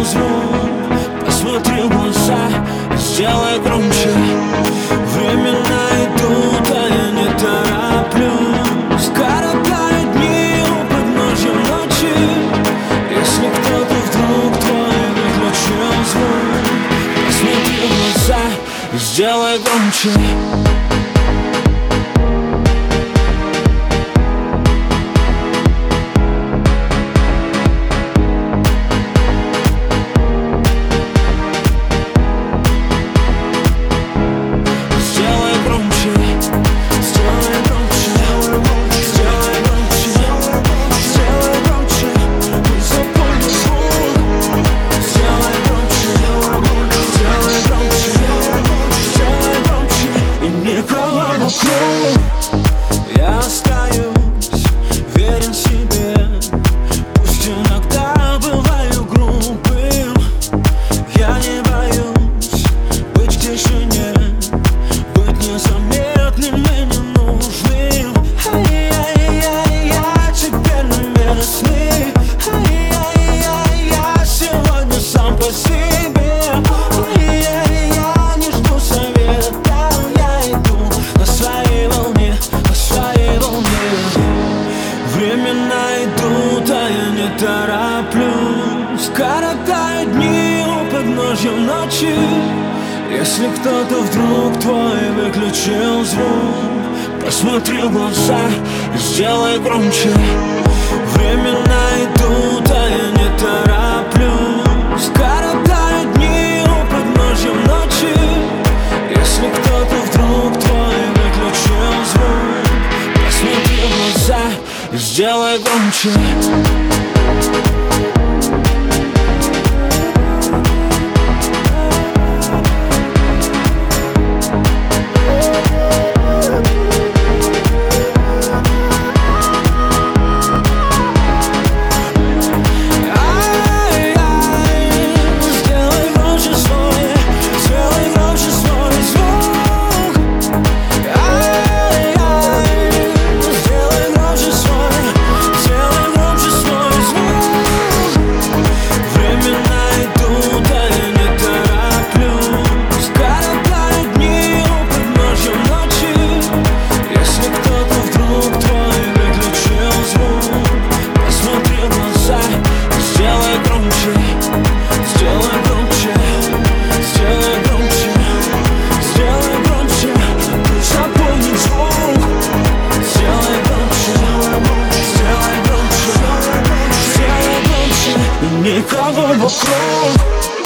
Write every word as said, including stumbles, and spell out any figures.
звук, посмотри в глаза, сделай громче. Времена идут, а я не тороплюсь. Коротают дни у подножья ночи. Если кто-то вдруг твой выключил звук, посмотри в глаза, сделай громче. Я остаюсь верен себе, пусть иногда бываю грубым. Я не боюсь быть в тишине, быть незаметным и ненужным. Ай-яй-яй, я теперь наместный. Ай-яй-яй, я сегодня сам по себе. Ай-яй, я не жду совета, я иду на своей волне, на своей волне. Времена идут, а я не тороплюсь. Коротают дни у подножья ночи. Если кто-то вдруг твой выключил звук, посмотри в глаза и сделай громче. Времена идут, а я не тороплюсь. Коротают дни у подножья ночи. Если кто-то вдруг твой выключил звук, посмотри в глаза и сделай громче. Никого вокруг.